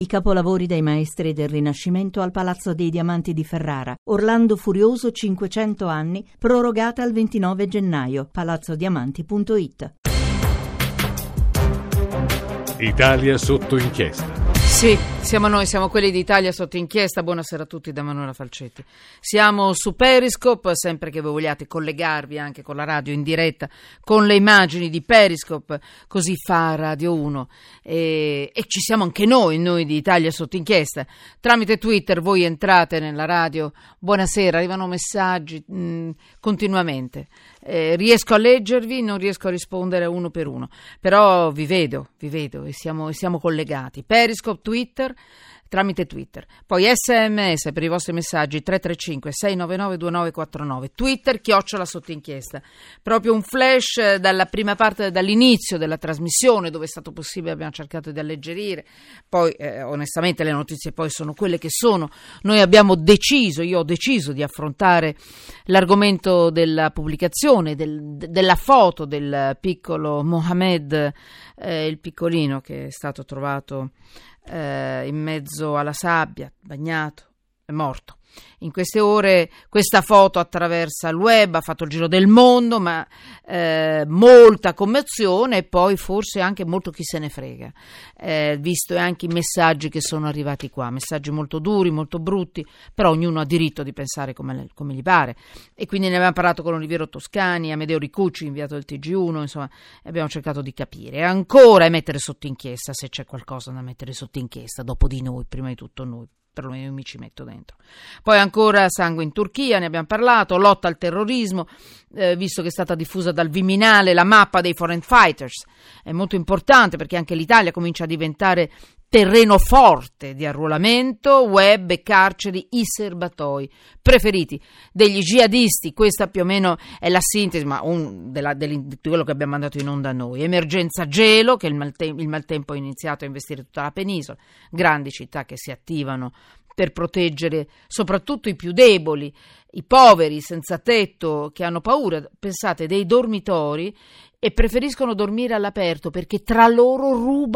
I capolavori dei maestri del Rinascimento al Palazzo dei Diamanti di Ferrara. Orlando Furioso 500 anni, prorogata al 29 gennaio. palazzodiamanti.it. Italia sotto inchiesta. Sì, siamo noi, siamo quelli di Italia sotto inchiesta. Buonasera a tutti da Manuela Falcetti. Siamo su Periscope, sempre che voi vogliate collegarvi anche con la radio in diretta, con le immagini di Periscope, così fa Radio 1. E ci siamo anche noi di Italia sotto inchiesta. Tramite Twitter voi entrate nella radio, buonasera, arrivano messaggi continuamente. Riesco a leggervi, non riesco a rispondere uno per uno, però vi vedo e siamo collegati. Periscope, Twitter, tramite Twitter. Poi SMS per i vostri messaggi 335-699-2949. Twitter, @ sotto inchiesta. Proprio un flash dalla prima parte, dall'inizio della trasmissione, dove è stato possibile, abbiamo cercato di alleggerire. Poi, onestamente, le notizie poi sono quelle che sono. Io ho deciso di affrontare l'argomento della pubblicazione, della foto del piccolo Mohamed, il piccolino che è stato trovato in mezzo alla sabbia, bagnato, è morto. In queste ore questa foto attraversa il web, ha fatto il giro del mondo, ma molta commozione e poi forse anche molto chi se ne frega, visto anche i messaggi che sono arrivati qua, messaggi molto duri, molto brutti, però ognuno ha diritto di pensare come gli pare, e quindi ne abbiamo parlato con Oliviero Toscani, Amedeo Ricucci, inviato del TG1, insomma abbiamo cercato di capire e ancora mettere sotto inchiesta, se c'è qualcosa da mettere sotto inchiesta, dopo di noi, prima di tutto noi. Perlomeno io mi ci metto dentro. Poi ancora sangue in Turchia, ne abbiamo parlato, lotta al terrorismo, visto che è stata diffusa dal Viminale la mappa dei foreign fighters, è molto importante perché anche l'Italia comincia a diventare terreno forte di arruolamento, web e carceri, i serbatoi preferiti degli jihadisti. Questa più o meno è la sintesi di quello che abbiamo mandato in onda noi. Emergenza gelo, che il maltempo ha iniziato a investire tutta la penisola, grandi città che si attivano per proteggere soprattutto i più deboli, i poveri senza tetto che hanno paura, pensate, dei dormitori e preferiscono dormire all'aperto perché tra loro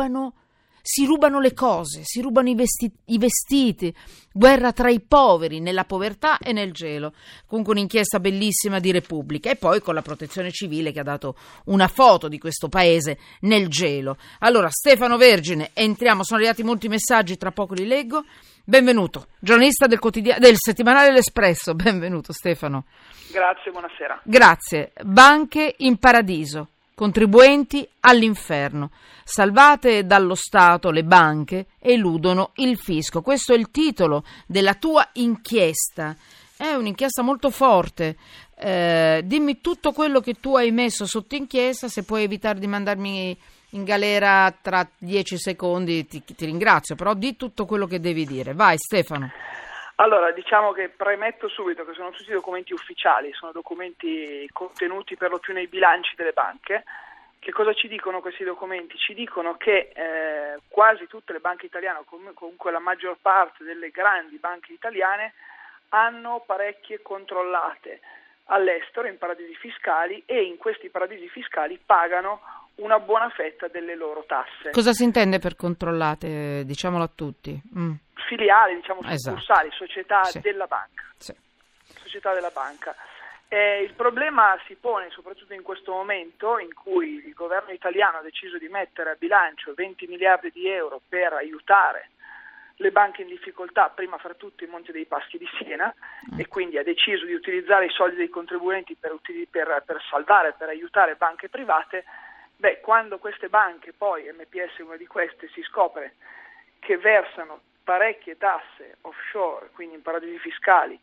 si rubano le cose, si rubano i vestiti, guerra tra i poveri, nella povertà e nel gelo. Comunque un'inchiesta bellissima di Repubblica. E poi con la Protezione Civile che ha dato una foto di questo paese nel gelo. Allora, Stefano Vergine, entriamo, sono arrivati molti messaggi, tra poco li leggo. Benvenuto, giornalista del settimanale L'Espresso. Benvenuto Stefano. Grazie, buonasera. Grazie. Banche in paradiso. Contribuenti all'inferno. Salvate dallo Stato le banche, eludono il fisco. Questo è il titolo della tua inchiesta. È un'inchiesta molto forte. Dimmi tutto quello che tu hai messo sotto inchiesta. Se puoi evitare di mandarmi in galera tra 10 secondi ti ringrazio, però di tutto quello che devi dire. Vai Stefano. Allora, diciamo che premetto subito che sono tutti documenti ufficiali, sono documenti contenuti per lo più nei bilanci delle banche. Che cosa ci dicono questi documenti? Ci dicono che quasi tutte le banche italiane, o comunque la maggior parte delle grandi banche italiane, hanno parecchie controllate all'estero, in paradisi fiscali, e in questi paradisi fiscali pagano una buona fetta delle loro tasse. Cosa si intende per controllate? Diciamolo a tutti. Filiali, succursali, esatto. Società Sì. della banca. Sì. Società della banca. Il problema si pone soprattutto in questo momento in cui il governo italiano ha deciso di mettere a bilancio 20 miliardi di euro per aiutare le banche in difficoltà, prima fra tutte il Monte dei Paschi di Siena, e quindi ha deciso di utilizzare i soldi dei contribuenti per salvare, per aiutare banche private. Quando queste banche, poi MPS è una di queste, si scopre che versano parecchie tasse offshore, quindi in paradisi fiscali,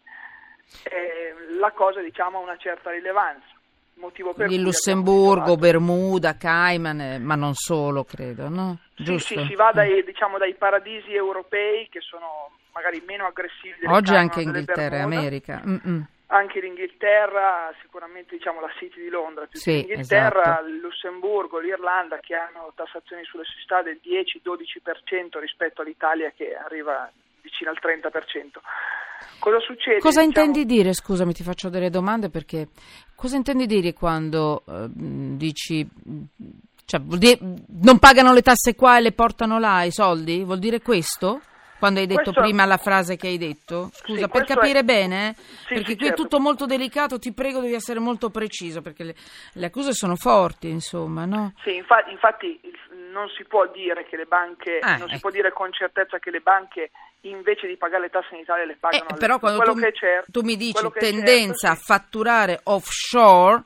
la cosa ha una certa rilevanza. Motivo per di cui Lussemburgo, Bermuda, Cayman, ma non solo, credo, no? Giusto? Sì, si va dai paradisi europei che sono magari meno aggressivi delle oggi Cayman, anche Inghilterra e America. Anche l'Inghilterra, sicuramente la City di Londra, più che l'Inghilterra, esatto. Il Lussemburgo, l'Irlanda, che hanno tassazioni sulle società del 10-12% rispetto all'Italia che arriva vicino al 30%. Cosa succede? Cosa intendi dire? Scusami, ti faccio delle domande perché cosa intendi dire quando dici Cioè, vuol dire, non pagano le tasse qua e le portano là i soldi? Vuol dire questo? Quando hai detto prima la frase che hai detto? Scusa, sì, per capire bene, Sì, perché sì, qui è certo. tutto molto delicato, ti prego devi essere molto preciso, perché le accuse sono forti, insomma, no? Sì, infatti non si può dire che le banche, non si può dire con certezza che le banche invece di pagare le tasse in Italia le pagano all'estero. Però quando tu mi dici tendenza a certo, fatturare offshore,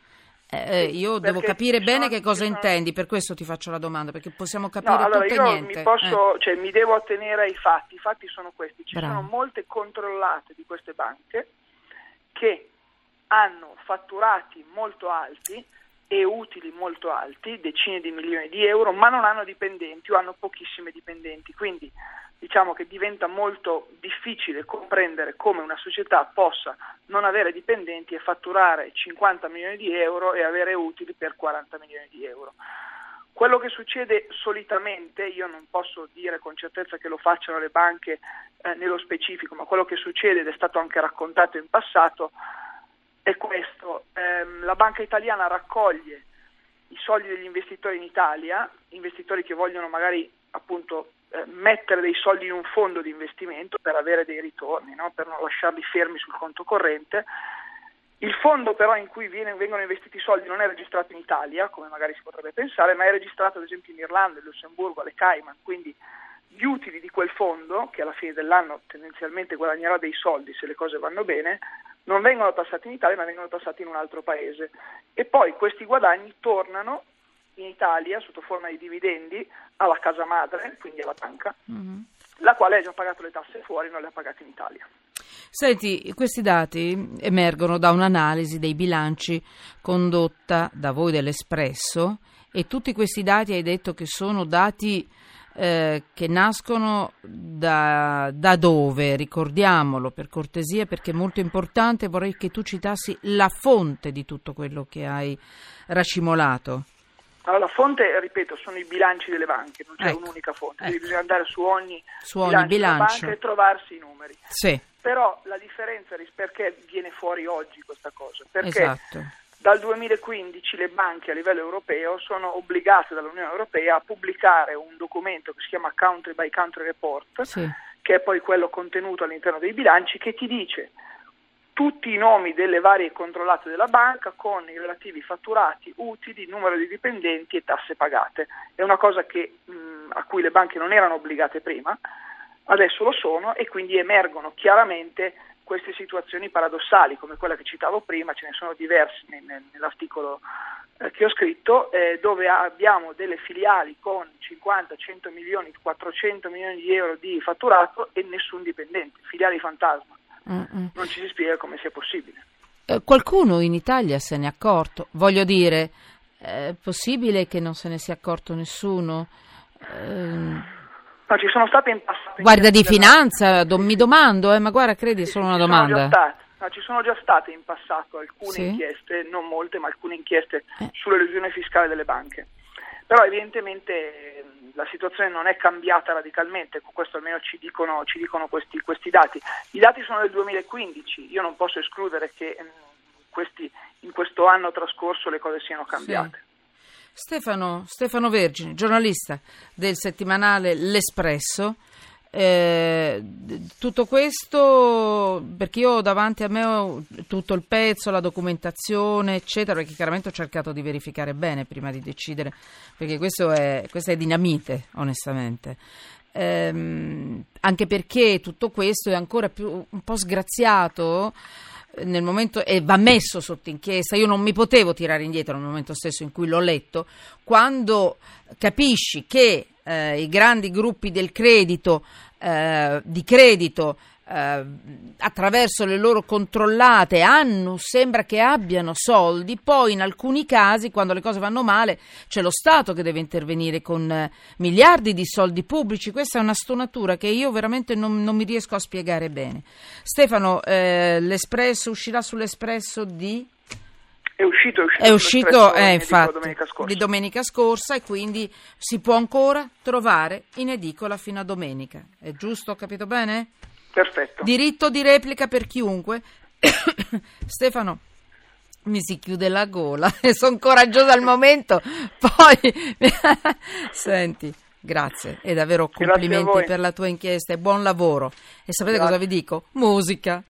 io devo perché capire bene che cosa ci sono... intendi, per questo ti faccio la domanda, perché possiamo capire No, allora tutto e io niente. mi devo attenere ai fatti. I fatti sono questi: ci Bravo. sono molte controllate di queste banche che hanno fatturati molto alti e utili molto alti, decine di milioni di euro, ma non hanno dipendenti o hanno pochissimi dipendenti, quindi diciamo che diventa molto difficile comprendere come una società possa non avere dipendenti e fatturare 50 milioni di euro e avere utili per 40 milioni di euro. Quello che succede solitamente, io non posso dire con certezza che lo facciano le banche nello specifico, ma quello che succede, ed è stato anche raccontato in passato, è questo: la banca italiana raccoglie i soldi degli investitori in Italia, investitori che vogliono magari appunto mettere dei soldi in un fondo di investimento per avere dei ritorni, no? Per non lasciarli fermi sul conto corrente. Il fondo però in cui vengono investiti i soldi non è registrato in Italia, come magari si potrebbe pensare, ma è registrato ad esempio in Irlanda, in Lussemburgo, alle Cayman, quindi gli utili di quel fondo, che alla fine dell'anno tendenzialmente guadagnerà dei soldi se le cose vanno bene, non vengono tassati in Italia ma vengono tassati in un altro paese, e poi questi guadagni tornano in Italia sotto forma di dividendi alla casa madre, quindi alla banca, la quale ha già pagato le tasse fuori e non le ha pagate in Italia. Senti, questi dati emergono da un'analisi dei bilanci condotta da voi dell'Espresso, e tutti questi dati hai detto che sono dati che nascono da dove? Ricordiamolo per cortesia, perché è molto importante. Vorrei che tu citassi la fonte di tutto quello che hai racimolato. Allora, la fonte, ripeto, sono i bilanci delle banche, non c'è un'unica fonte, bisogna andare su ogni bilancio della banca e trovarsi i numeri. Sì. Però la differenza perché viene fuori oggi questa cosa? Perché esatto. Dal 2015 le banche a livello europeo sono obbligate dall'Unione Europea a pubblicare un documento che si chiama Country by Country Report, sì, che è poi quello contenuto all'interno dei bilanci, che ti dice tutti i nomi delle varie controllate della banca con i relativi fatturati, utili, numero di dipendenti e tasse pagate. È una cosa a cui le banche non erano obbligate prima, adesso lo sono, e quindi emergono chiaramente queste situazioni paradossali come quella che citavo prima. Ce ne sono diversi nell'articolo che ho scritto, dove abbiamo delle filiali con 50, 100 milioni, 400 milioni di euro di fatturato e nessun dipendente, filiali fantasma. Non ci si spiega come sia possibile. Qualcuno in Italia se n'è accorto? Voglio dire, è possibile che non se ne sia accorto nessuno? No, ci sono state in passato. Guarda di finanza, mi domando, ma guarda, credi è solo una domanda. Ci sono già state in passato alcune inchieste, non molte, ma alcune inchieste sull'elusione fiscale delle banche. Però evidentemente la situazione non è cambiata radicalmente, questo almeno ci dicono questi dati. I dati sono del 2015, io non posso escludere che in questo anno trascorso le cose siano cambiate. Sì. Stefano Vergine, giornalista del settimanale L'Espresso. Tutto questo perché io ho davanti a me tutto il pezzo, la documentazione eccetera, perché chiaramente ho cercato di verificare bene prima di decidere, perché questa è dinamite, onestamente, anche perché tutto questo è ancora più un po' sgraziato nel momento, e va messo sotto inchiesta. Io non mi potevo tirare indietro nel momento stesso in cui l'ho letto, quando capisci che i grandi gruppi del credito attraverso le loro controllate sembra che abbiano soldi, poi in alcuni casi quando le cose vanno male c'è lo Stato che deve intervenire con miliardi di soldi pubblici. Questa è una stonatura che io veramente non mi riesco a spiegare bene. Stefano, l'Espresso uscirà sull'Espresso di... È uscito infatti, di domenica scorsa, e quindi si può ancora trovare in edicola fino a domenica. È giusto? Ho capito bene? Perfetto. Diritto di replica per chiunque. Stefano, Mi si chiude la gola e sono coraggiosa al momento. Poi, senti, grazie e davvero complimenti per la tua inchiesta e buon lavoro. E sapete cosa vi dico? Musica.